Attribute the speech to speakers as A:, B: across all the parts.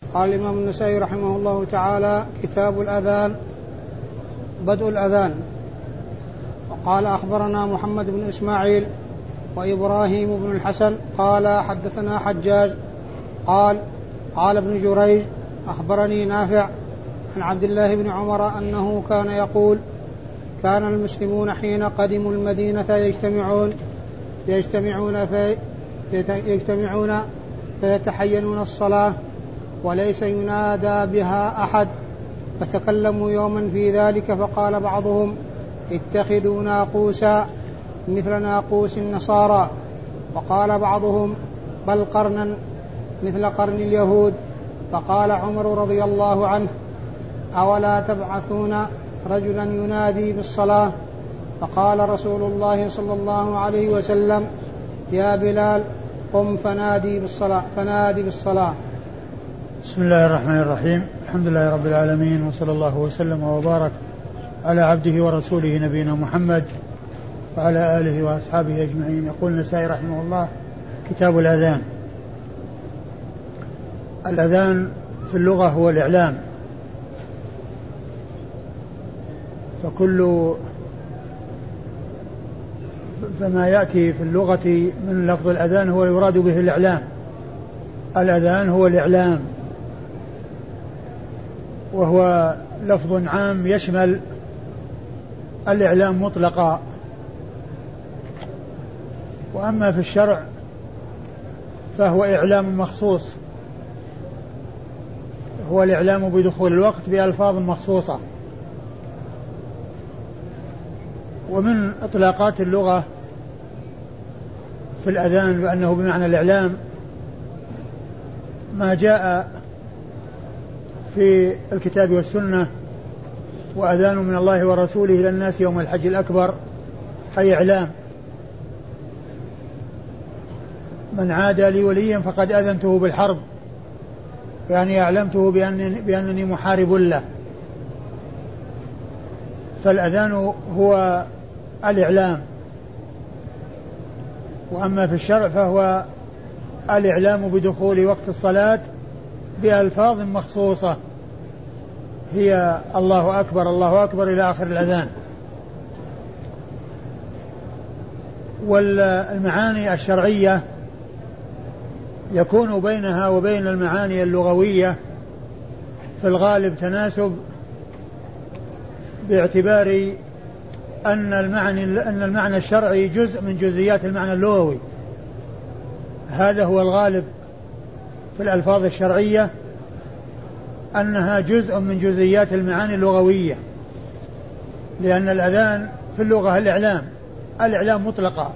A: قال الإمام النسائي رحمه الله تعالى: كتاب الأذان. بدء الأذان. وقال: أخبرنا محمد بن إسماعيل وإبراهيم بن الحسن قال: حدثنا حجاج قال ابن جريج: أخبرني نافع عن عبد الله بن عمر أنه كان يقول: كان المسلمون حين قدموا المدينة يجتمعون فيتحينون الصلاة وليس ينادى بها أحد، فتكلموا يوما في ذلك فقال بعضهم: اتخذوا ناقوسا مثل ناقوس النصارى، وقال بعضهم: بل قرنا مثل قرن اليهود. فقال عمر رضي الله عنه: أولا تبعثون رجلا ينادي بالصلاة؟ فقال رسول الله صلى الله عليه وسلم: يا بلال قم فنادي بالصلاة.
B: بسم الله الرحمن الرحيم. الحمد لله رب العالمين، وصلى الله وسلم وبارك على عبده ورسوله نبينا محمد وعلى آله وأصحابه أجمعين. يقول النسائي رحمه الله: كتاب الأذان. الأذان في اللغة هو الإعلام، فما يأتي في اللغة من لفظ الأذان هو يراد به الإعلام. الأذان هو الإعلام، وهو لفظ عام يشمل الإعلام مطلقا. وأما في الشرع فهو إعلام مخصوص، هو الإعلام بدخول الوقت بألفاظ مخصوصة. ومن إطلاقات اللغة في الأذان بأنه بمعنى الإعلام ما جاء في الكتاب والسنة: وأذان من الله ورسوله إلى الناس يوم الحج الأكبر، أي إعلام. من عادى لي وليا فقد أذنته بالحرب، يعني أعلمته بأنني محارب له. فالأذان هو الإعلام. وأما في الشرع فهو الإعلام بدخول وقت الصلاة بألفاظ مخصوصة، هي الله أكبر الله أكبر إلى آخر الأذان. والمعاني الشرعية يكون بينها وبين المعاني اللغوية في الغالب تناسب، باعتبار أن المعنى الشرعي جزء من جزئيات المعنى اللغوي. هذا هو الغالب في الألفاظ الشرعية، أنها جزء من جزئيات المعاني اللغوية، لأن الأذان في اللغة الإعلام مطلقا.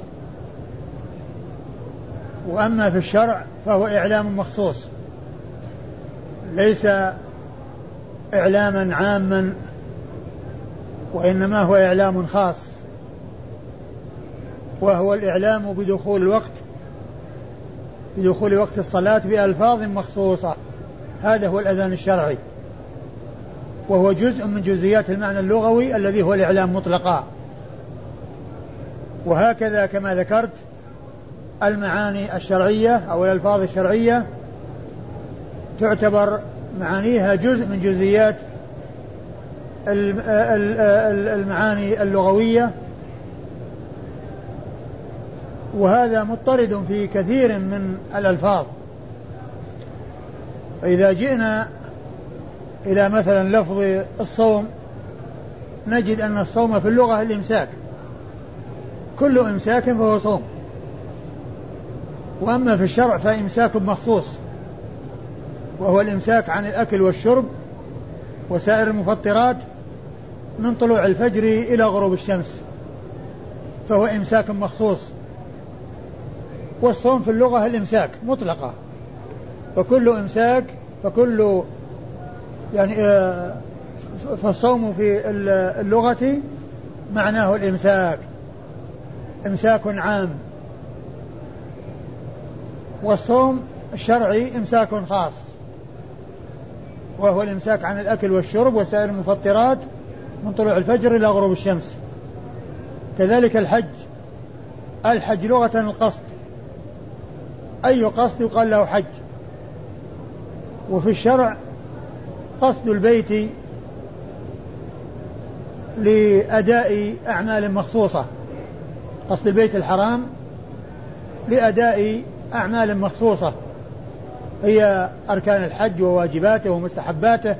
B: وأما في الشرع فهو إعلام مخصوص، ليس إعلاما عاما، وإنما هو إعلام خاص، وهو الإعلام بدخول وقت الصلاة بألفاظ مخصوصة. هذا هو الأذان الشرعي، وهو جزء من جزئيات المعنى اللغوي الذي هو الإعلام مطلقا. وهكذا كما ذكرت المعاني الشرعية أو الألفاظ الشرعية تعتبر معانيها جزء من جزئيات المعاني اللغوية، وهذا مضطرد في كثير من الألفاظ. فإذا جئنا إلى مثلا لفظ الصوم نجد أن الصوم في اللغة الإمساك، كل إمساك فهو صوم. وأما في الشرع فإمساك مخصوص، وهو الإمساك عن الأكل والشرب وسائر المفطرات من طلوع الفجر إلى غروب الشمس، فهو إمساك مخصوص. والصوم في اللغة الإمساك مطلقة، فالصوم في اللغة معناه الإمساك، إمساك عام. والصوم الشرعي إمساك خاص، وهو الإمساك عن الأكل والشرب وسائر المفطرات من طلوع الفجر إلى غروب الشمس. كذلك الحج لغة القصد، أي قصد يقال له حج. وفي الشرع قصد البيت لأداء أعمال مخصوصة، قصد البيت الحرام لأداء أعمال مخصوصة هي أركان الحج وواجباته ومستحباته.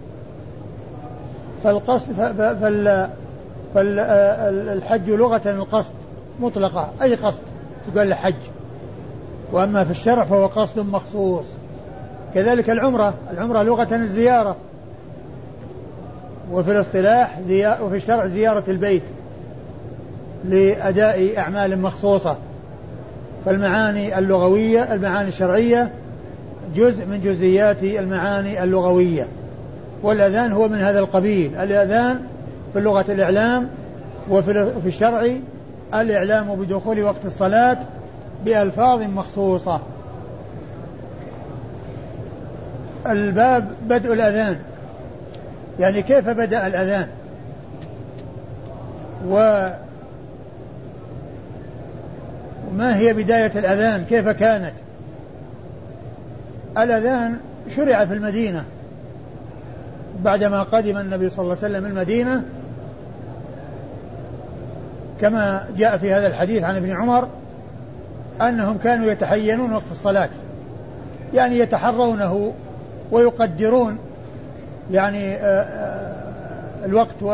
B: فالحج لغة القصد مطلقة، أي قصد يقال له حج، وأما في الشرع فهو قصد مخصوص. كذلك العمرة لغة الزيارة، وفي الاصطلاح وفي الشرع زيارة البيت لأداء أعمال مخصوصة. فالمعاني اللغوية المعاني الشرعية جزء من جزئيات المعاني اللغوية، والأذان هو من هذا القبيل. الأذان في اللغة الإعلام، وفي الشرع الإعلام بدخول وقت الصلاة بألفاظ مخصوصة. الباب بدء الأذان، يعني كيف بدأ الأذان وما هي بداية الأذان، كيف كانت. الأذان شرع في المدينة بعدما قدم النبي صلى الله عليه وسلم المدينة، كما جاء في هذا الحديث عن ابن عمر أنهم كانوا يتحينون وقت الصلاة، يعني يتحرونه ويقدرون يعني الوقت،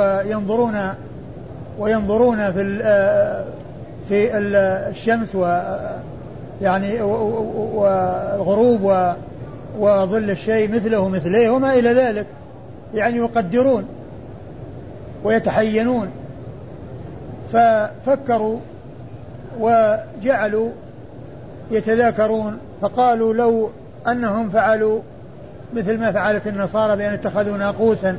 B: وينظرون في الشمس يعني والغروب وظل الشيء مثله مثليه وما إلى ذلك، يعني يقدرون ويتحينون. ففكروا وجعلوا يتذاكرون، فقالوا لو أنهم فعلوا مثل ما فعلت النصارى بأن اتخذوا ناقوسا،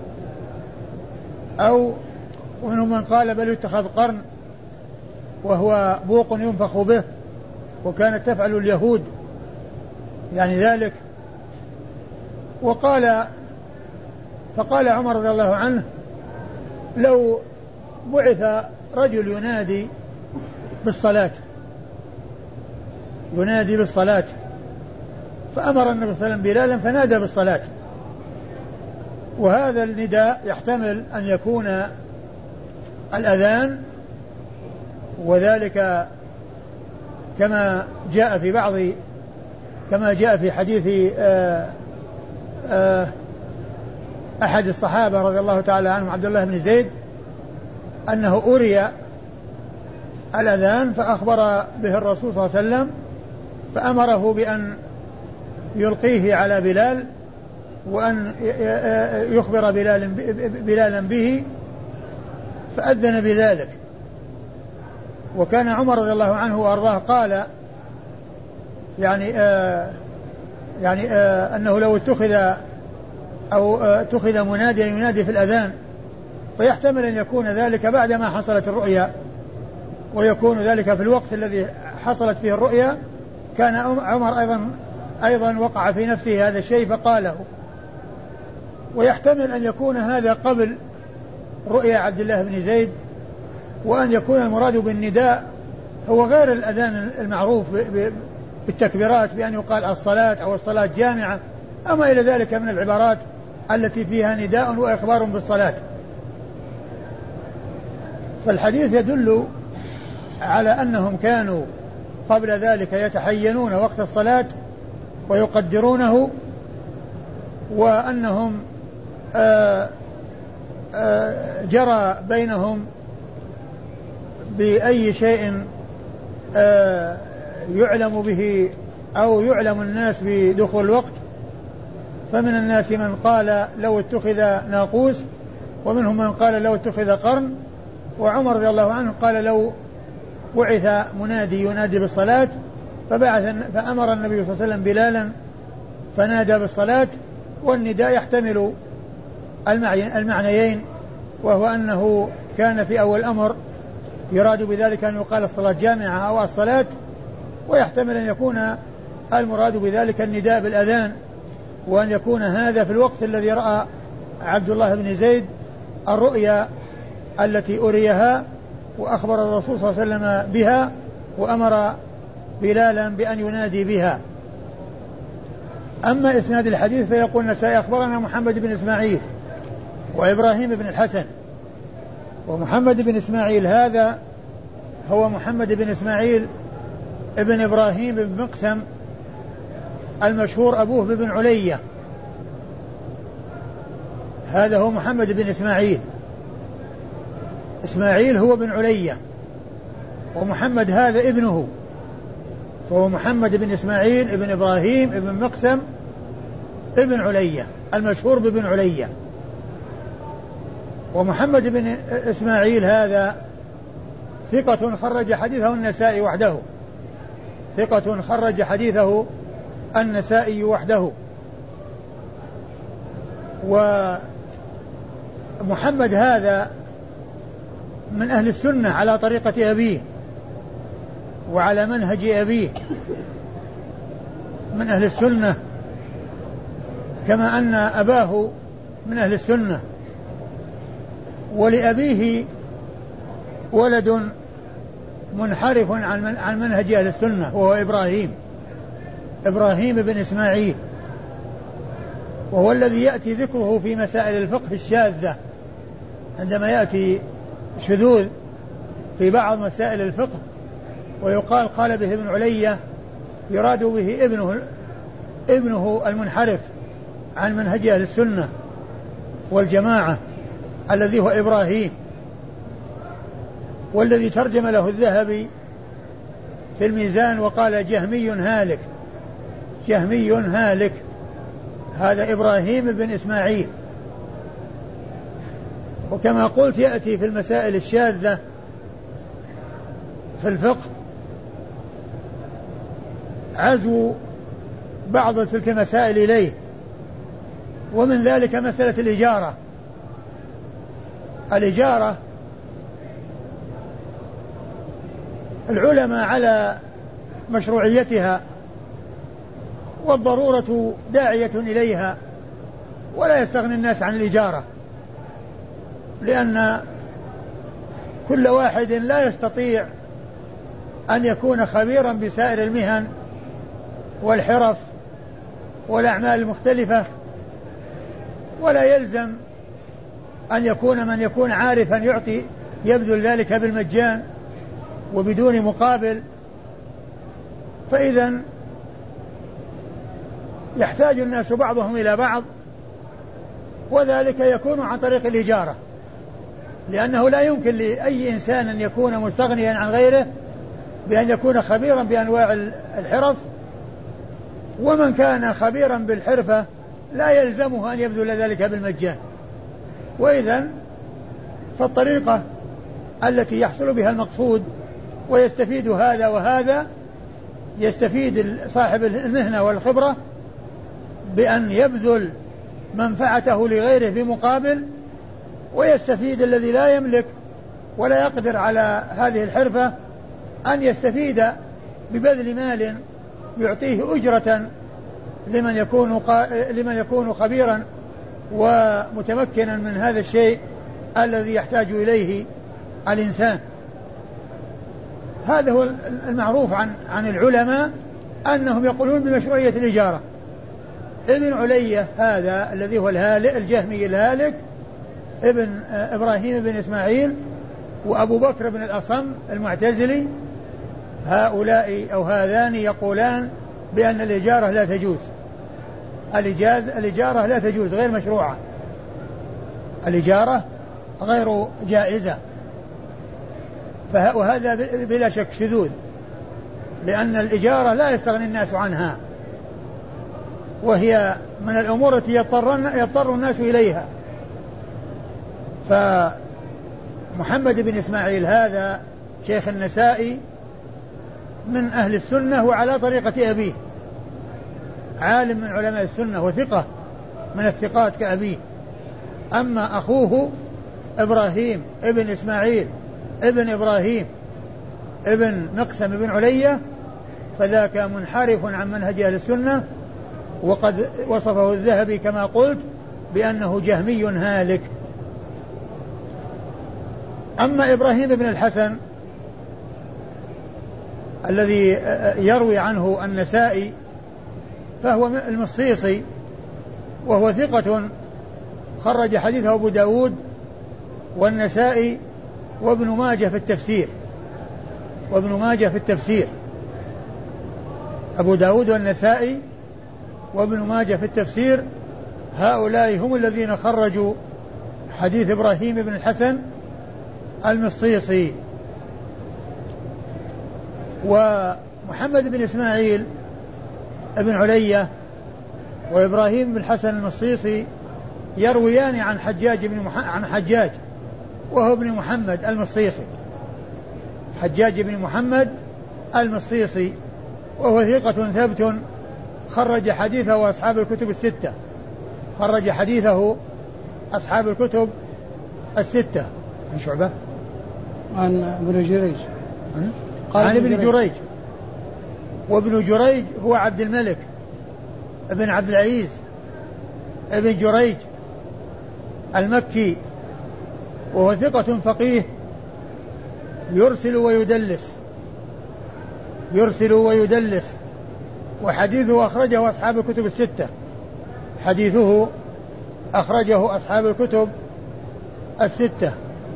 B: أو ومنهم من قال بل اتخذ قرن وهو بوق ينفخ به، وكانت تفعل اليهود يعني ذلك. فقال عمر رضي الله عنه لو بعث رجل ينادي بالصلاة فأمر النبي صلى الله عليه وسلم بلالا فنادى بالصلاة. وهذا النداء يحتمل أن يكون الأذان، وذلك كما جاء في حديث أحد الصحابة رضي الله تعالى عنهم عبد الله بن زيد أنه أري الأذان فأخبر به الرسول صلى الله عليه وسلم، فأمره بأن يلقيه على بلال وأن يخبر بلالا به، فأذن بذلك. وكان عمر رضي الله عنه وأرضاه قال أنه لو اتخذ مناديا ينادي في الأذان، فيحتمل أن يكون ذلك بعدما حصلت الرؤيا، ويكون ذلك في الوقت الذي حصلت فيه الرؤيا. كان عمر أيضا وقع في نفسه هذا الشيء فقاله. ويحتمل أن يكون هذا قبل رؤيا عبد الله بن زيد، وأن يكون المراد بالنداء هو غير الأذان المعروف بالتكبيرات بأن يقال الصلاة أو الصلاة جامعة، أما إلى ذلك من العبارات التي فيها نداء وإخبار بالصلاة. فالحديث يدل على أنهم كانوا قبل ذلك يتحينون وقت الصلاة ويقدرونه، وأنهم جرى بينهم بأي شيء يعلم به أو يعلم الناس بدخول الوقت. فمن الناس من قال لو اتخذ ناقوس، ومنهم من قال لو اتخذ قرن. وعمر رضي الله عنه قال لو بعث منادي ينادي بالصلاة فأمر النبي صلى الله عليه وسلم بلالا فنادى بالصلاة. والنداء يحتمل المعنيين، وهو أنه كان في أول الأمر يراد بذلك أن يقال الصلاة جامعة أو الصلاة، ويحتمل أن يكون المراد بذلك النداء بالأذان، وأن يكون هذا في الوقت الذي رأى عبد الله بن زيد الرؤيا التي أريها، وأخبر الرسول صلى الله عليه وسلم بها، وأمر بلالا بأن ينادي بها. أما إسناد الحديث فيقول النسائي أخبرنا محمد بن إسماعيل وإبراهيم بن الحسن. ومحمد بن إسماعيل هذا هو محمد بن إسماعيل ابن إبراهيم بن مقسم المشهور أبوه بن علية. هذا هو محمد بن إسماعيل. إسماعيل هو بن علية ومحمد هذا ابنه، فهو محمد بن إسماعيل ابن إبراهيم ابن مقسم ابن علية المشهور بابن علية. ومحمد بن إسماعيل هذا ثقة خرج حديثه النسائي وحده، ثقة خرج حديثه النسائي وحده. ومحمد هذا من أهل السنة على طريقة أبيه وعلى منهج أبيه، من أهل السنة كما أن أباه من أهل السنة. ولأبيه ولد منحرف عن منهج أهل السنة وهو إبراهيم بن إسماعيل، وهو الذي يأتي ذكره في مسائل الفقه الشاذة. عندما يأتي شذوذ في بعض مسائل الفقه ويقال قال به ابن علية، يراد به ابنه المنحرف عن منهج أهل السنة والجماعة الذي هو إبراهيم، والذي ترجم له الذهبي في الميزان وقال جهمي هالك، جهمي هالك. هذا إبراهيم بن إسماعيل. وكما قلت يأتي في المسائل الشاذة في الفقه عزو بعض تلك المسائل إليه، ومن ذلك مسألة الإجارة. الإجارة العلماء على مشروعيتها والضرورة داعية إليها، ولا يستغني الناس عن الإجارة، لأن كل واحد لا يستطيع أن يكون خبيرا بسائر المهن والحرف والأعمال المختلفة، ولا يلزم أن يكون من يكون عارفا يبذل ذلك بالمجان وبدون مقابل. فإذا يحتاج الناس بعضهم إلى بعض، وذلك يكون عن طريق الإجارة، لأنه لا يمكن لأي إنسان أن يكون مستغنيا عن غيره بأن يكون خبيرا بأنواع الحرف، ومن كان خبيرا بالحرفة لا يلزمه أن يبذل ذلك بالمجان. وإذن فالطريقة التي يحصل بها المقصود ويستفيد هذا وهذا، يستفيد صاحب المهنة والخبرة بأن يبذل منفعته لغيره بمقابل، ويستفيد الذي لا يملك ولا يقدر على هذه الحرفة أن يستفيد ببذل مال يعطيه أجرة لمن يكون خبيرا ومتمكنا من هذا الشيء الذي يحتاج إليه الإنسان. هذا هو المعروف عن العلماء أنهم يقولون بمشروعية الإجارة. ابن علية هذا الذي هو الجهمي الهالك ابن إبراهيم بن إسماعيل، وأبو بكر بن الأصم المعتزلي، هؤلاء أو هذان يقولان بأن الإجارة لا تجوز. الإجارة لا تجوز، غير مشروعة، الإجارة غير جائزة. وهذا بلا شك شذوذ، لأن الإجارة لا يستغني الناس عنها، وهي من الأمور التي يضطر الناس إليها. فمحمد بن إسماعيل هذا شيخ النسائي من أهل السنة وعلى طريقة أبيه، عالم من علماء السنة وثقة من الثقات كأبيه. أما أخوه إبراهيم ابن إسماعيل ابن إبراهيم ابن مقسم بن علية فذاك منحرف عن منهج أهل السنة، وقد وصفه الذهبي كما قلت بأنه جهمي هالك. أما إبراهيم بن الحسن الذي يروي عنه النسائي فهو المصيصي، وهو ثقة خرج حديثه أبو داود والنسائي وابن ماجه في التفسير أبو داود والنسائي وابن ماجه في التفسير، هؤلاء هم الذين خرجوا حديث إبراهيم بن الحسن المصيصي. ومحمد بن إسماعيل ابن علية وإبراهيم بن الحسن المصيصي يرويان عن حجاج وهو ابن محمد المصيصي، حجاج بن محمد المصيصي، وهو ثقة ثبت خرج حديثه أصحاب الكتب الستة. عن شعبة
A: عن ابن جريج
B: عن ابن جريج، وابن جريج هو عبد الملك ابن عبد العزيز ابن جريج المكي، وهو ثقة فقيه يرسل ويدلس، وحديثه أخرجه أصحاب الكتب الستة.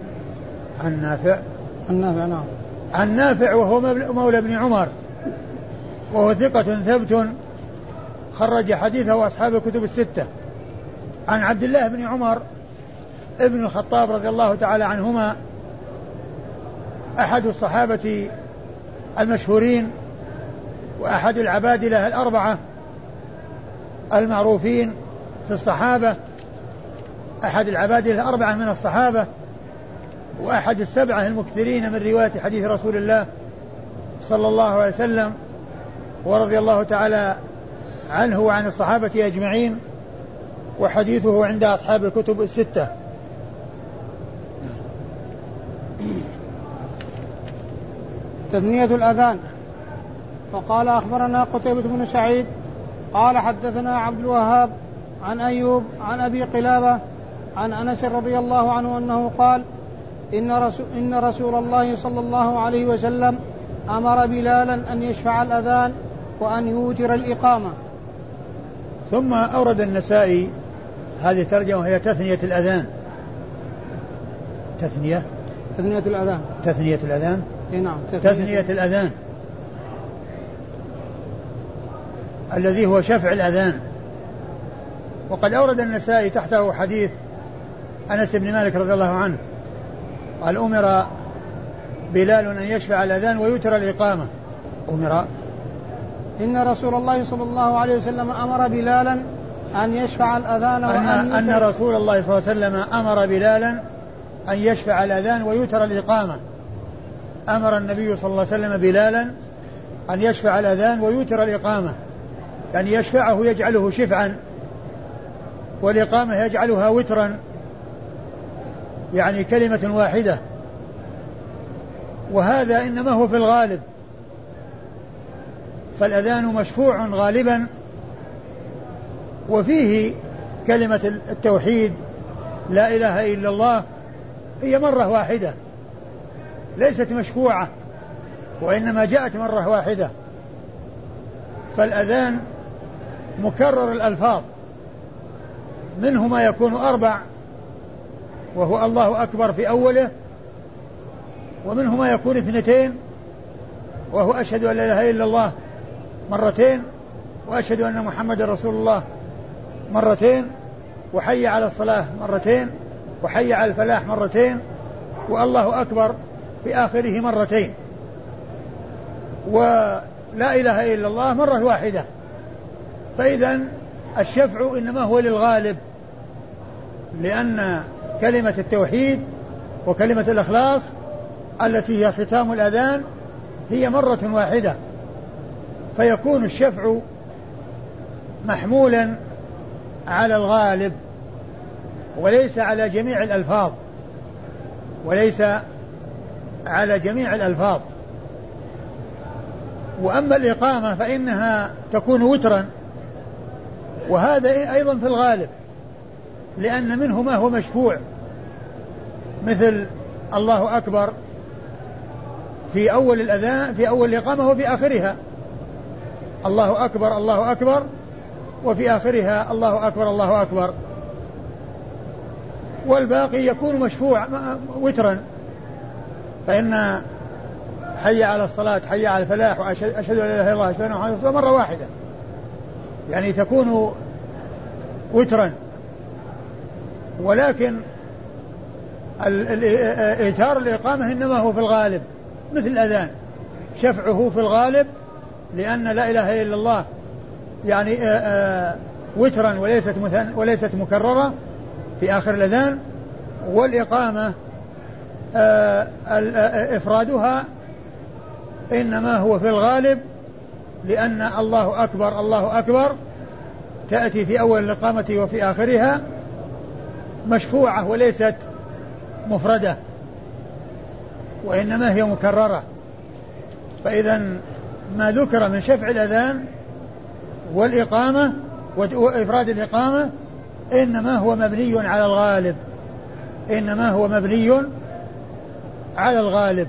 B: عن نافع وهو مولى ابن عمر، وهو ثقة ثبت خرج حديثه أصحاب الكتب الستة. عن عبد الله بن عمر ابن الخطاب رضي الله تعالى عنهما، أحد الصحابة المشهورين وأحد العبادلة الأربعة المعروفين في الصحابة، أحد العبادلة الأربعة من الصحابة، وأحد السبعة المكثرين من رواية حديث رسول الله صلى الله عليه وسلم، ورضي الله تعالى عنه وعن الصحابة أجمعين، وحديثه عند أصحاب الكتب الستة.
A: تثنية الأذان. وقال أخبرنا قتيبة بن سعيد قال حدثنا عبد الوهاب عن أيوب عن أبي قلابة عن أنس رضي الله عنه أنه قال إن رسول الله صلى الله عليه وسلم أمر بلالا أن يشفع الأذان وأن يوتر الإقامة.
B: ثم أورد النسائي هذه الترجمة وهي تثنية الأذان. تثنية الأذان
A: نعم،
B: تثنية الأذان الذي هو شفع الأذان. وقد أورد النسائي تحته حديث أنس بن مالك رضي الله عنه قال أمر بلال أن يشفع الأذان ويوتر الإقامة.
A: إن رسول الله صلى الله عليه وسلم أمر بلالا أن يشفع الأذان
B: أن رسول الله صلى الله عليه وسلم أمر بلالا أن يشفع الأذان ويوتر الإقامة. أمر النبي صلى الله عليه وسلم بلالا أن يشفع الأذان ويوتر الإقامة، يعني يشفعه يجعله شفعا، والإقامة يجعلها وترا، يعني كلمة واحدة. وهذا إنما هو في الغالب، فالأذان مشفوع غالبا، وفيه كلمة التوحيد لا إله إلا الله هي مرة واحدة، ليست مشفوعة، وإنما جاءت مرة واحدة. فالأذان مكرر الألفاظ، منه ما يكون 4 وهو الله أكبر في أوله، ومنه ما يكون 2 وهو أشهد أن لا إله إلا الله 2 وأشهد أن محمد رسول الله 2 وحي على الصلاة 2 وحي على الفلاح 2 والله أكبر في آخره 2 ولا إله إلا الله مرة واحدة. فإذا الشفع إنما هو للغالب، لأن كلمة التوحيد وكلمة الإخلاص التي هي ختام الأذان هي مرة واحدة، فيكون الشفع محمولا على الغالب وليس على جميع الألفاظ. وأما الإقامة فإنها تكون وترا، وهذا أيضا في الغالب، لأن منه ما هو مشفوع، مثل الله أكبر في أول الأذان في أول الإقامة وفي آخرها، الله أكبر الله أكبر وفي آخرها الله أكبر الله أكبر. والباقي يكون مشفوع وترا، فإن حي على الصلاة حي على الفلاح وأشهد أن لا إله إلا الله أشهد أن محمدا رسول الله مرة واحدة، يعني تكون وترا. ولكن إيتار الإقامة إنما هو في الغالب مثل الأذان، شفعه في الغالب، لأن لا إله إلا الله يعني وترا وليست مكررة في آخر الأذان. والإقامة إفرادها إنما هو في الغالب، لأن الله أكبر الله أكبر تأتي في أول الإقامة وفي آخرها مشفوعة وليست مفردة، وإنما هي مكررة. فإذا ما ذكر من شفع الأذان والإقامة وإفراد الإقامة إنما هو مبني على الغالب، إنما هو مبني على الغالب.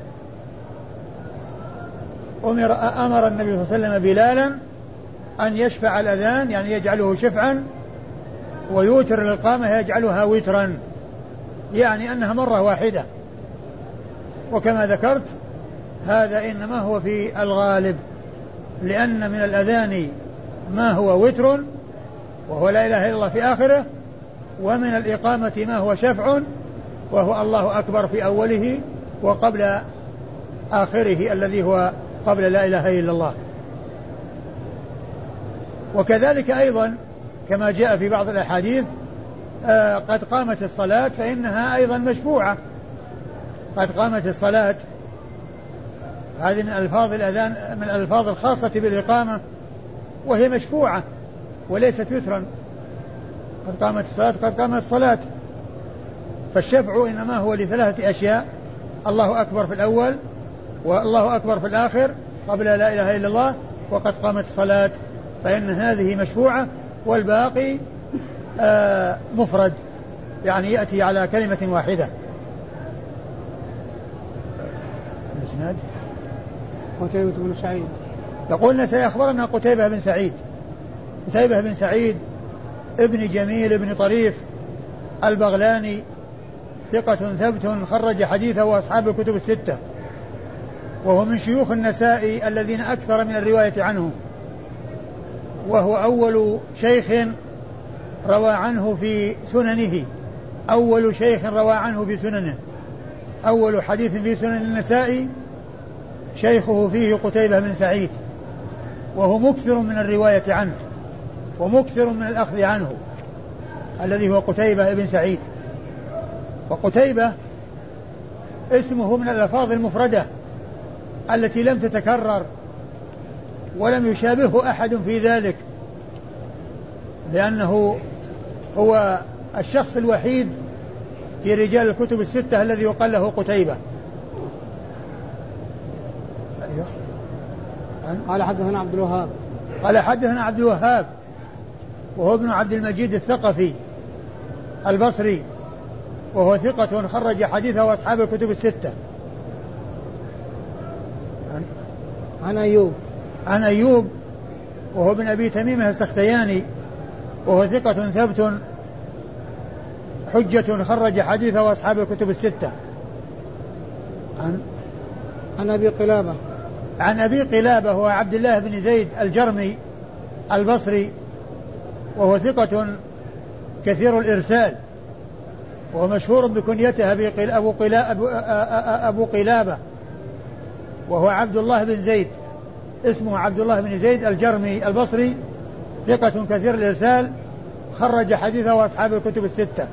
B: أمر النبي صلى الله عليه وسلم بلالا أن يشفع الأذان، يعني يجعله شفعا، ويوتر الإقامة يجعلها وترا، يعني أنها مرة واحدة. وكما ذكرت هذا إنما هو في الغالب، لأن من الأذان ما هو وتر وهو لا إله إلا الله في آخره، ومن الإقامة ما هو شفع وهو الله أكبر في أوله وقبل آخره الذي هو قبل لا إله إلا الله. وكذلك أيضا كما جاء في بعض الأحاديث قد قامت الصلاة فإنها أيضا مشفوعة. قد قامت الصلاة هذه من ألفاظ الأذان، من الألفاظ الخاصة بالإقامة، وهي مشفوعة وليست وترا. قد قامت الصلاة قد قامت الصلاة. فالشفع إنما هو لثلاثة أشياء: الله أكبر في الأول، والله أكبر في الآخر قبل لا إله إلا الله، وقد قامت الصلاة، فإن هذه مشفوعة، والباقي مفرد، يعني يأتي على كلمة واحدة. الإسناد
A: قتيبة بن سعيد.
B: يقولنا سيخبرنا قتيبة بن سعيد. قتيبة بن سعيد ابن جميل ابن طريف البغلاني، ثقة ثبت خرج حديثه وأصحاب الكتب الستة، وهو من شيوخ النسائي الذين أكثر من الرواية عنه، وهو أول شيخ روى عنه في سننه، أول شيخ روى عنه في سننه، أول حديث في سنن النسائي شيخه فيه قتيبة بن سعيد، وهو مكثر من الرواية عنه ومكثر من الأخذ عنه، الذي هو قتيبة بن سعيد. وقتيبة اسمه من الألفاظ المفردة التي لم تتكرر ولم يشابهه أحد في ذلك، لأنه هو الشخص الوحيد في رجال الكتب الستة الذي يقال له قتيبة.
A: قال حدثنا عبد الوهاب.
B: قال حدثنا عبد الوهاب وهو ابن عبد المجيد الثقفي البصري، وهو ثقة خرج حديثه وأصحاب الكتب الستة. عن أيوب وهو ابن أبي تميمة السختياني، وهو ثقة ثبت حجة خرج حديثه وأصحاب الكتب الستة.
A: عن أبي قلابة.
B: عن أبي قلابة هو عبد الله بن زيد الجرمي البصري، وهو ثقة كثير الإرسال، وهو مشهور بكنيته أبو قلابة، وهو عبد الله بن زيد، اسمه عبد الله بن زيد الجرمي البصري، ثقة كثير الإرسال خرج حديثه وأصحاب الكتب الستة.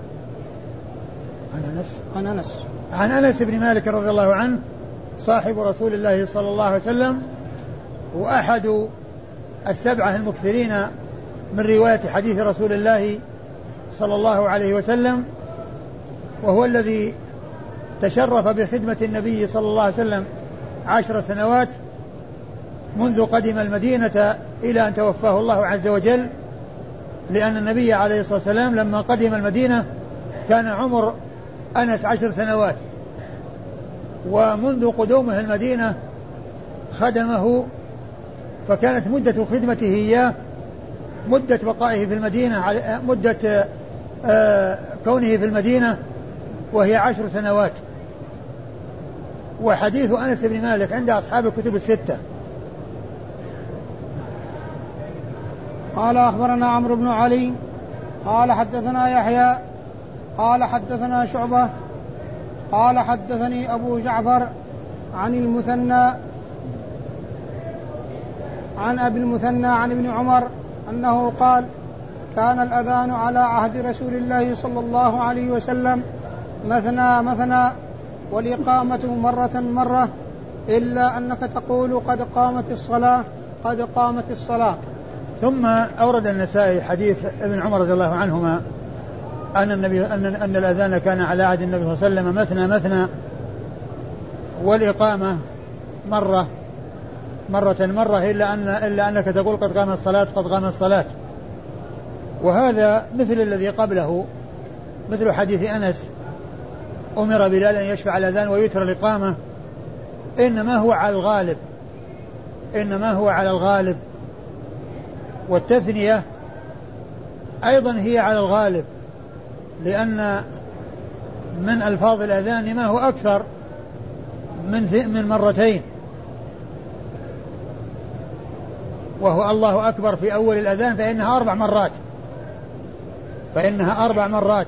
B: عن أنس بن مالك رضي الله عنه صاحب رسول الله صلى الله عليه وسلم، وأحد السبعة المكثرين من رواية حديث رسول الله صلى الله عليه وسلم، وهو الذي تشرف بخدمة النبي صلى الله عليه وسلم 10 سنوات منذ قدم المدينة إلى أن توفاه الله عز وجل، لأن النبي عليه الصلاة والسلام لما قدم المدينة كان عمر أنس 10 سنوات، ومنذ قدومه المدينة خدمه، فكانت مدة خدمته إياه مدة بقائه في المدينة مدة كونه في المدينة وهي 10 سنوات. وحديث أنس بن مالك عند أصحاب الكتب الستة.
A: قال أخبرنا عمرو بن علي قال حدثنا يحيى قال حدثنا شعبة قال حدثني أبو جعفر عن المثنى عن أبي المثنى عن ابن عمر أنه قال كان الأذان على عهد رسول الله صلى الله عليه وسلم مثنى مثنى والإقامة مرة إلا أنك تقول قد قامت الصلاة قد قامت الصلاة.
B: ثم أورد النسائي حديث ابن عمر رضي الله عنهما أن الأذان كان على عهد النبي صلى الله عليه وسلم مثنى مثنى والإقامة مرة إلا أنك تقول قد قامت الصلاة قد قامت الصلاة. وهذا مثل الذي قبله، مثل حديث أنس أمر بلال أن يشفع الأذان ويتر الإقامة، إنما هو على الغالب والتثنية أيضا هي على الغالب، لأن من ألفاظ الأذان ما هو أكثر من مرتين، وهو الله أكبر في أول الأذان فإنها 4 مرات.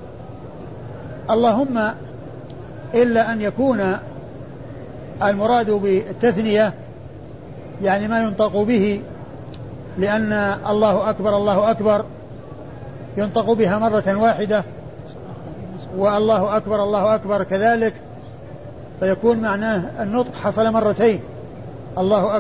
B: اللهم إلا أن يكون المراد بالتثنية يعني ما ينطق به، لأن الله أكبر ينطق بها مرة واحدة، والله أكبر كذلك، فيكون معناه النطق حصل مرتين، الله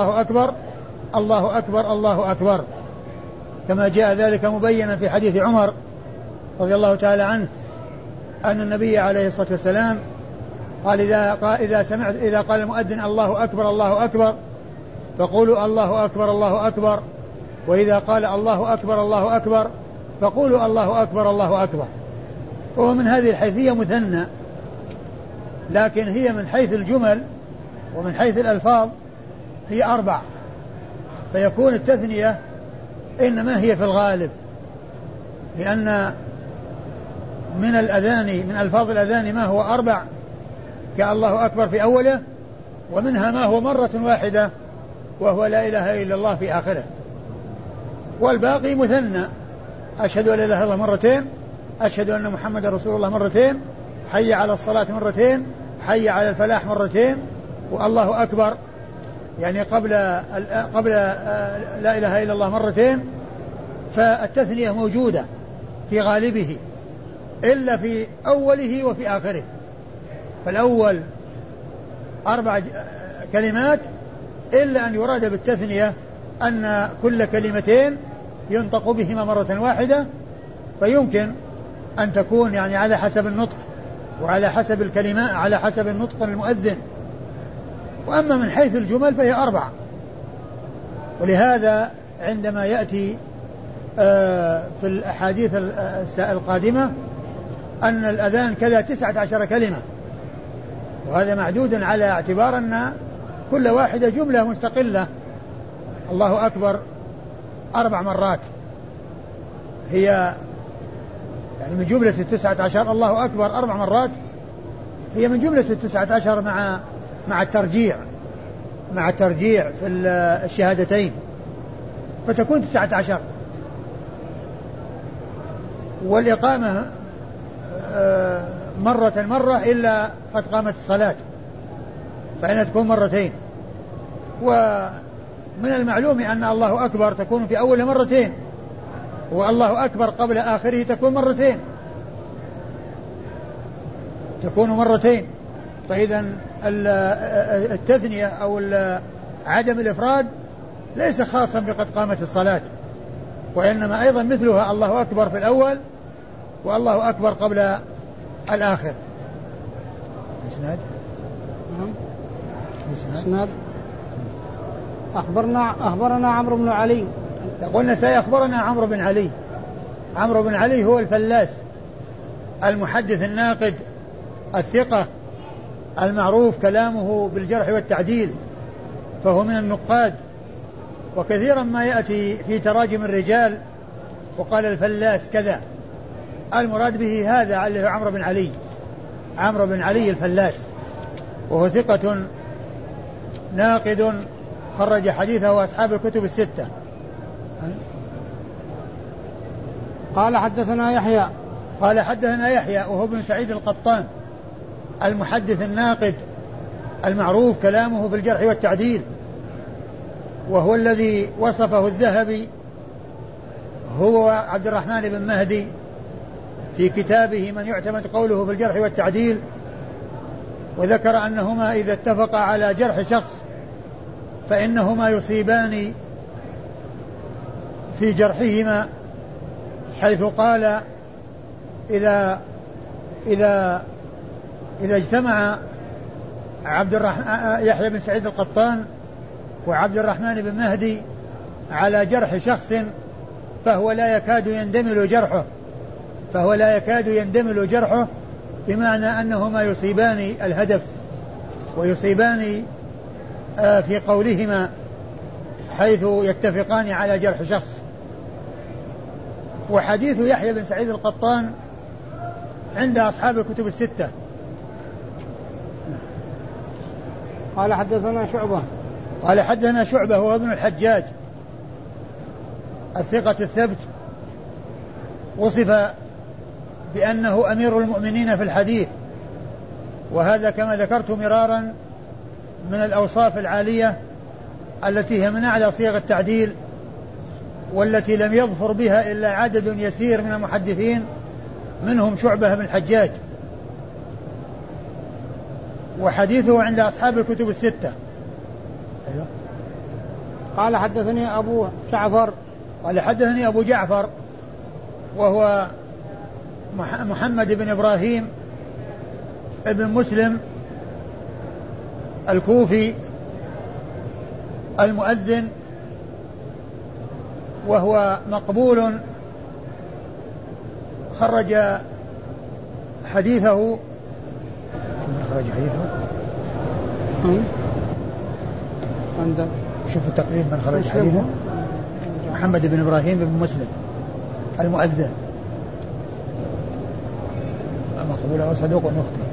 B: أكبر، كما جاء ذلك مبينا في حديث عمر رضي الله تعالى عنه أن النبي عليه الصلاة والسلام قال إذا قال المؤذن الله أكبر فقولوا الله أكبر، وإذا قال الله أكبر فقولوا الله أكبر. وهو من هذه الحيثية مثنى، لكن هي من حيث الجمل ومن حيث الألفاظ هي 4، فيكون التثنية إنما هي في الغالب، لأن من ألفاظ الأذان ما هو 4 كالله أكبر في أوله، ومنها ما هو مرة واحدة وهو لا إله إلا الله في آخره، والباقي مثنى، أشهد أن لا إله إلا الله مرتين، أشهد أن محمد رسول الله مرتين، حي على الصلاة مرتين، حي على الفلاح مرتين، والله أكبر يعني قبل لا إله إلا الله مرتين. فالتثنية موجودة في غالبه إلا في أوله وفي آخره، فالأول 4 كلمات، إلا أن يراد بالتثنية أن كل كلمتين ينطق بهما مرة واحدة، فيمكن أن تكون يعني على حسب النطق وعلى حسب الكلمات على حسب النطق المؤذن. وأما من حيث الجمل فهي 4. ولهذا عندما يأتي في الأحاديث القادمة أن الأذان كذا 19 كلمة، وهذا معدود على اعتبار أن كل واحدة جملة مستقلة. الله أكبر 4 مرات هي يعني من جملة 19، الله أكبر 4 مرات هي من جملة 19 مع الترجيع في الشهادتين، فتكون 19. والإقامة مرة إلا قد قامت الصلاة فإنها تكون مرتين. ومن المعلوم أن الله أكبر تكون في أول مرتين، والله أكبر قبل آخره تكون مرتين. فإذا التثنية أو عدم الإفراد ليس خاصا بقد قامت الصلاة، وإنما أيضا مثلها الله أكبر في الأول والله أكبر قبل الآخر.
A: إسناد أخبرنا عمرو بن علي.
B: قلنا سيخبرنا عمرو بن علي. عمرو بن علي هو الفلاس المحدث الناقد الثقة المعروف كلامه بالجرح والتعديل، فهو من النقاد وكثيرا ما يأتي في تراجم الرجال وقال الفلاس كذا، المراد به هذا اللي هو عمرو بن علي الفلاس، وهو ثقة ناقد خرج حديثه أصحاب الكتب الستة.
A: قال حدثنا يحيى وهو ابن سعيد القطان المحدث الناقد المعروف كلامه في الجرح والتعديل، وهو الذي وصفه الذهبي هو عبد الرحمن بن مهدي في كتابه من يعتمد قوله في الجرح والتعديل، وذكر أنهما إذا اتفقا على جرح شخص فإنهما يصيبان في جرحهما، حيث قال إذا اجتمع يحيى بن سعيد القطان وعبد الرحمن بن مهدي على جرح شخص فهو لا يكاد يندمل جرحه، بمعنى أنهما يصيبان الهدف ويصيبان في قولهما حيث يتفقان على جرح شخص. وحديث يحيى بن سعيد القطان عند أصحاب الكتب الستة. قال حدثنا شعبة هو ابن الحجاج الثقة الثبت، وصف بأنه أمير المؤمنين في الحديث، وهذا كما ذكرت مرارا من الأوصاف العالية التي هي من أعلى صيغ التعديل، والتي لم يظفر بها إلا عدد يسير من المحدثين، منهم شعبة بن الحجاج، وحديثه عند أصحاب الكتب الستة. أيوة. قال حدثني أبو جعفر
B: وهو محمد بن إبراهيم ابن مسلم الكوفي المؤذن، وهو مقبول خرج حديثه
A: عندك
B: شوف التقريب من خرج حديثه محمد بن إبراهيم بن مسلم المؤذن، مقبول أو صدوق يخطئ،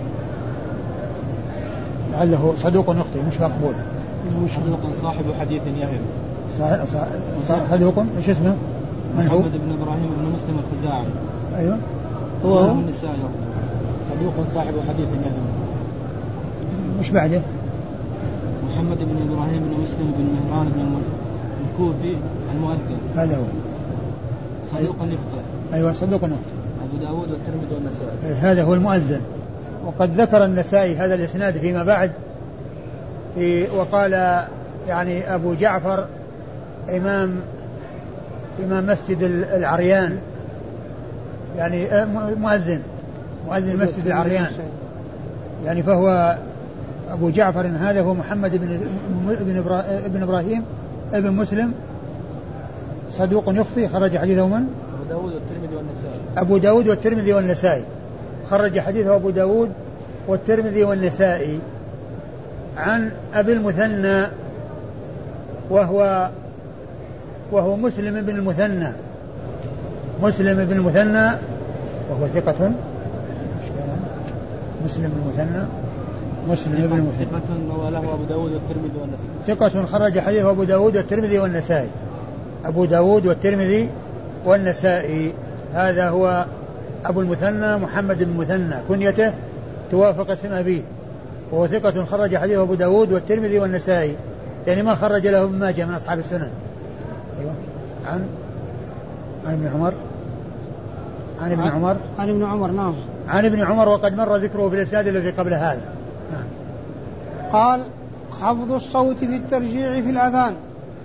B: لعله صدوق يخطئ مش مقبول.
C: صدوق صاحب حديث يهم.
B: صدوق ايش اسمه؟ من هو؟
C: محمد بن إبراهيم بن مسلم الخزاعي.
B: أيوه
C: هو النسائي. صدوق صاحب حديث يهم.
B: مش بعده؟
C: محمد بن إبراهيم بن مسلم بن مهران بن الكوفي المؤذن.
B: هذا هو.
C: صدوق يخطئ.
B: أيوه صدوق يخطئ.
C: أبو داود والترمذي والنسائي.
B: هذا هو المؤذن. وقد ذكر النسائي هذا الإسناد فيما بعد وقال يعني أبو جعفر إمام مسجد العريان، يعني مؤذن مسجد العريان، يعني فهو أبو جعفر هذا هو محمد بن إبراهيم ابن مسلم صدوق يخطئ، خرج حديثه من؟ أبو داود والترمذي والنسائي، خرج حديثه أبو داود والترمذي والنسائي عن أبي المثنى وهو مسلم بن المثنى، وهو ثقة. مسلم بن المثنى
C: ثقة وله أبو داود والترمذي والنسائي،
B: ثقة خرج حديثه أبو داود والترمذي والنسائي، أبو داود والترمذي والنسائي. هذا هو أبو المثنى محمد بن المثنى، كنيته توافق اسم أبيه، وهو ثقة خرج حديثه أبو داود والترمذي والنسائي، يعني ما خرج له ابن ماجه من أصحاب السنن. أيوة. عن ابن عمر
A: نعم.
B: عن ابن عمر، وقد مر ذكره في الإسناد الذي قبل هذا. نعم.
A: قال خفض الصوت في الترجيع في الأذان.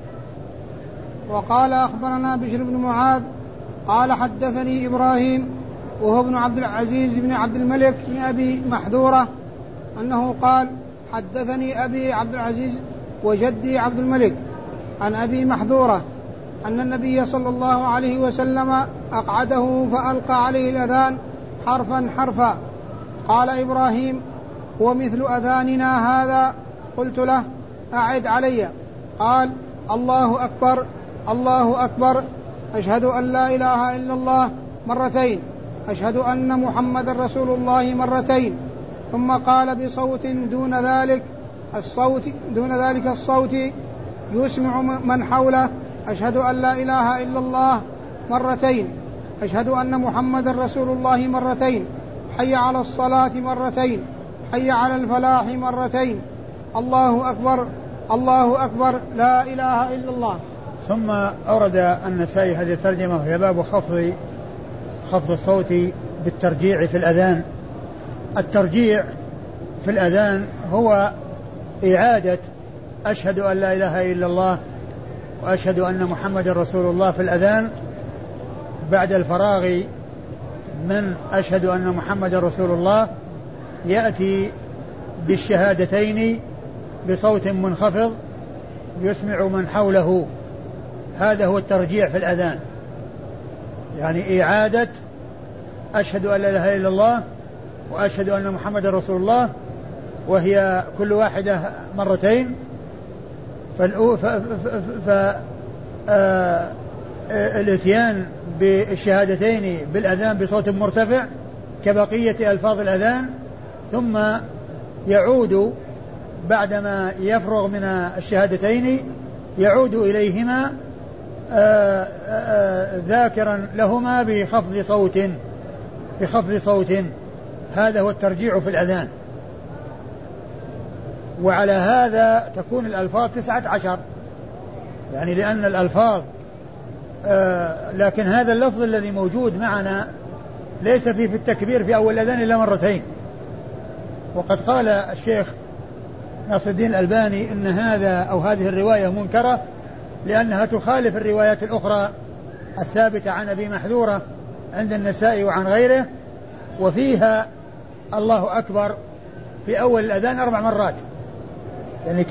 A: وقال أخبرنا بشر بن معاذ قال حدثني إبراهيم وهو ابن عبد العزيز بن عبد الملك بن أبي محذورة أنه قال حدثني أبي عبد العزيز وجدي عبد الملك عن أبي محذورة أن النبي صلى الله عليه وسلم أقعده فألقى عليه الأذان حرفا. قال إبراهيم هو مثل أذاننا هذا؟ قلت له أعد علي. قال الله أكبر الله أكبر، أشهد أن لا إله إلا الله مرتين، أشهد أن محمد رسول الله مرتين. ثم قال بصوت دون ذلك الصوت يسمع من حوله: أشهد أن لا إله إلا الله مرتين، أشهد أن محمد رسول الله مرتين، حي على الصلاة مرتين، حي على الفلاح مرتين، الله أكبر الله أكبر، لا إله إلا الله.
B: ثم أورد النسائي هذه الترجمة وهي باب خفض الصوت بالترجيع في الأذان. الترجيع في الأذان هو إعادة أشهد أن لا إله إلا الله وأشهد أن محمد رسول الله في الأذان بعد الفراغ من أشهد أن محمد رسول الله، يأتي بالشهادتين بصوت منخفض يسمع من حوله. هذا هو الترجيع في الأذان، يعني إعادة أشهد أن لا إله إلا الله وأشهد أن محمد رسول الله، وهي كل واحدة مرتين. الاتيان بالشهادتين بالأذان بصوت مرتفع كبقية ألفاظ الأذان، ثم يعود بعدما يفرغ من الشهادتين يعود إليهما ذاكرا لهما بخفض صوت. هذا هو الترجيع في الأذان. وعلى هذا تكون الألفاظ 19، يعني لأن الألفاظ لكن هذا اللفظ الذي موجود معنا ليس فيه في التكبير في أول الأذان إلا مرتين. وقد قال الشيخ ناصر الدين الألباني إن هذه الرواية منكرة لأنها تخالف الروايات الأخرى الثابتة عن أبي محذورة عند النسائي وعن غيره، وفيها الله أكبر في أول الأذان 4 مرات، يعني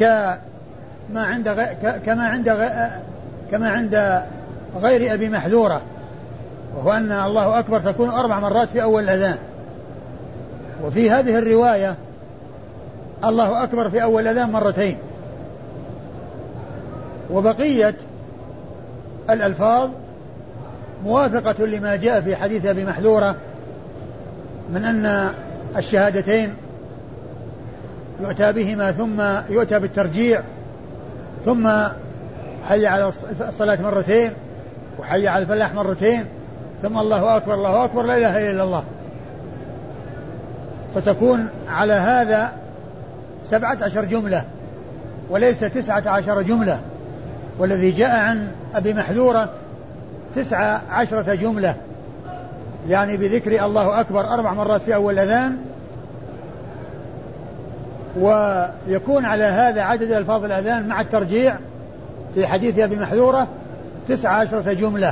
B: كما عند غير أبي محذورة، وهو أن الله أكبر تكون 4 مرات في أول الأذان. وفي هذه الرواية الله أكبر في أول الأذان مرتين. وبقية الألفاظ موافقة لما جاء في حديث أبي محذورة من أن الشهادتين يؤتى بهما ثم يؤتى بالترجيع، ثم حي على الصلاة مرتين وحي على الفلاح مرتين، ثم الله أكبر الله أكبر لا إله إلا الله. فتكون على هذا 17 جملة وليس 19 جملة، والذي جاء عن أبي محذورة 19 جملة، يعني بذكر الله أكبر 4 مرات في أول الأذان. ويكون على هذا عدد ألفاظ الأذان مع الترجيع في حديث أبي محذورة 19 جملة.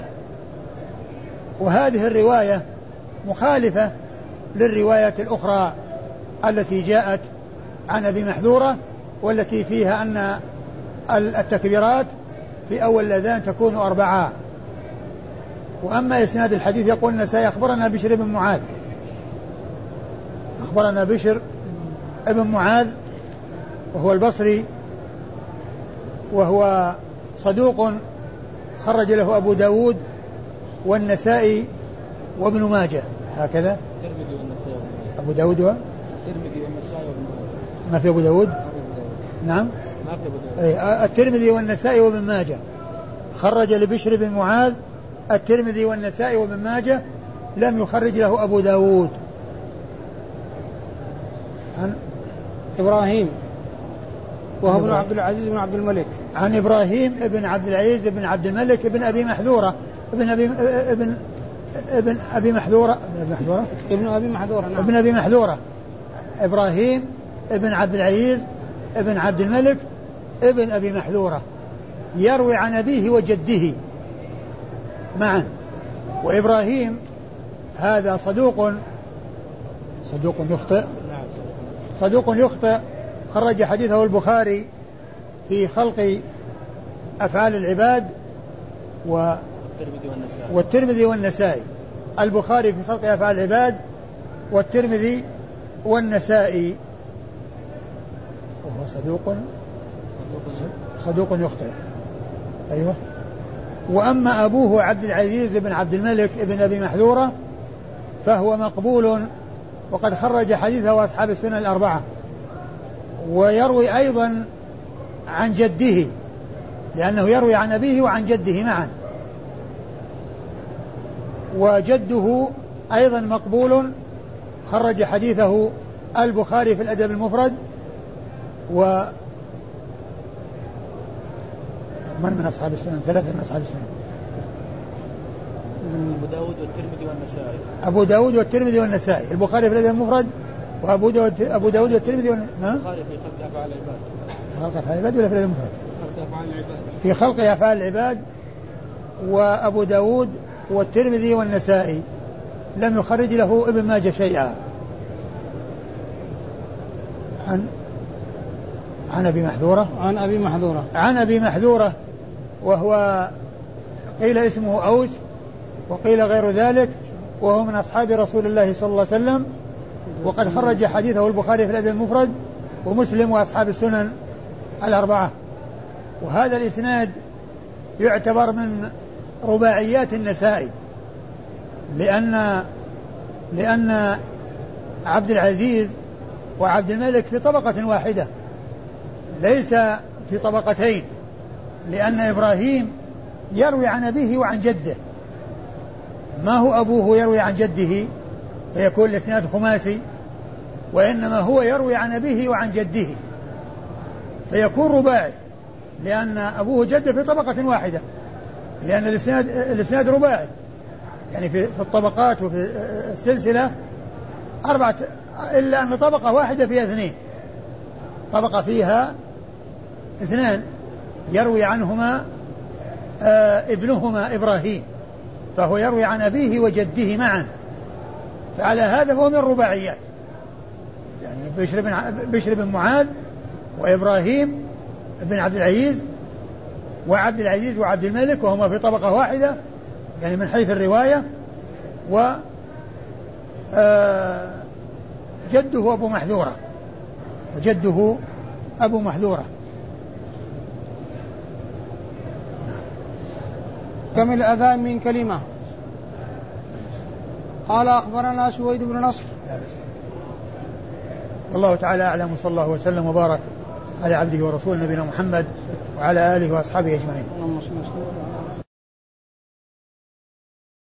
B: وهذه الرواية مخالفة للروايات الأخرى التي جاءت عن أبي محذورة، والتي فيها أن التكبيرات في أول الأذان تكون 4. وأما إسناد الحديث يقول النسائي أخبرنا بشر بن معاذ، أخبرنا بشر ابن معاذ وهو البصري، وهو صدوق خرج له أبو داود والنسائي وابن ماجه. هكذا أبو داود
C: الترمذي والنسائي وابن ماجه.
B: ما في أبو داود؟ نعم
C: ما في أبو داود.
B: الترمذي والنسائي وابن ماجه. خرج لبشر بن معاذ الترمذي والنسائي وابن ماجه، لم يخرج له أبو داود.
A: عن إبراهيم وهو ابن عبد العزيز بن عبد الملك،
B: عن إبراهيم ابن عبد العزيز بن عبد الملك ابن أبي محذورة ابن أبي محذورة ابن أبي محذورة إبراهيم ابن عبد العزيز ابن عبد الملك ابن أبي محذورة، يروي عن أبيه وجده معا. وإبراهيم هذا صدوق يخطئ، خرج حديثه البخاري في خلق أفعال العباد والترمذي والنسائي. البخاري في خلق أفعال العباد والترمذي والنسائي، وهو صدوق يخطئ. أيوة. وأما أبوه عبد العزيز بن عبد الملك بن أبي محذورة فهو مقبول وقد خرج حديثه أصحاب السنن الأربعة، ويروي أيضا عن جده لأنه يروي عن أبيه وعن جده معا، وجده أيضا مقبول خرج حديثه البخاري في الأدب المفرد من أصحاب السنن؟ ثلاثة من أصحاب السنن:
C: أبو داود والترمذي والنسائي.
B: أبو داود والترمذي والنسائي. البخاري في الأدب المفرد وأبو داود والترمذي
C: البخاري في خلق أفعال العباد.
B: خلق أفعال العباد ولا في الأدب المفرد؟
C: خلق أفعال العباد.
B: في خلق أفعال العباد. وأبو داود والترمذي والنسائي لم يخرج له ابن ماجه شيئا. عن أبي محذورة. عن أبي محذورة وهو قيل اسمه أوس وقيل غير ذلك، وهو من أصحاب رسول الله صلى الله عليه وسلم، وقد خرج حديثه البخاري في الأدب المفرد ومسلم وأصحاب السنن الأربعة. وهذا الإسناد يعتبر من رباعيات النسائي، لأن عبد العزيز وعبد الملك في طبقة واحدة ليس في طبقتين، لأن إبراهيم يروي عن أبيه وعن جده، ما هو أبوه يروي عن جده فيكون الإسناد خماسي، وإنما هو يروي عن أبيه وعن جده فيكون رباعي، لأن أبوه جده في طبقة واحدة، لأن الإسناد رباعي، يعني في الطبقات وفي السلسلة أربعة، إلا أن طبقة واحدة فيها اثنين، طبقة فيها اثنان يروي عنهما ابنهما إبراهيم، فهو يروي عن أبيه وجده معا، فعلى هذا هو من الرباعيات، يعني بشر بن معاذ وإبراهيم بن عبد العزيز وعبد العزيز وعبد الملك، وهما في طبقة واحدة يعني من حيث الرواية، و جده أبو محذورة، وجده أبو محذورة.
A: كم الأذان من كلمة؟ قال أخبرنا سويد بن نصر.
B: والله تعالى أعلم، وصلى الله وسلم وبارك على عبده ورسوله نبينا محمد وعلى آله وأصحابه أجمعين.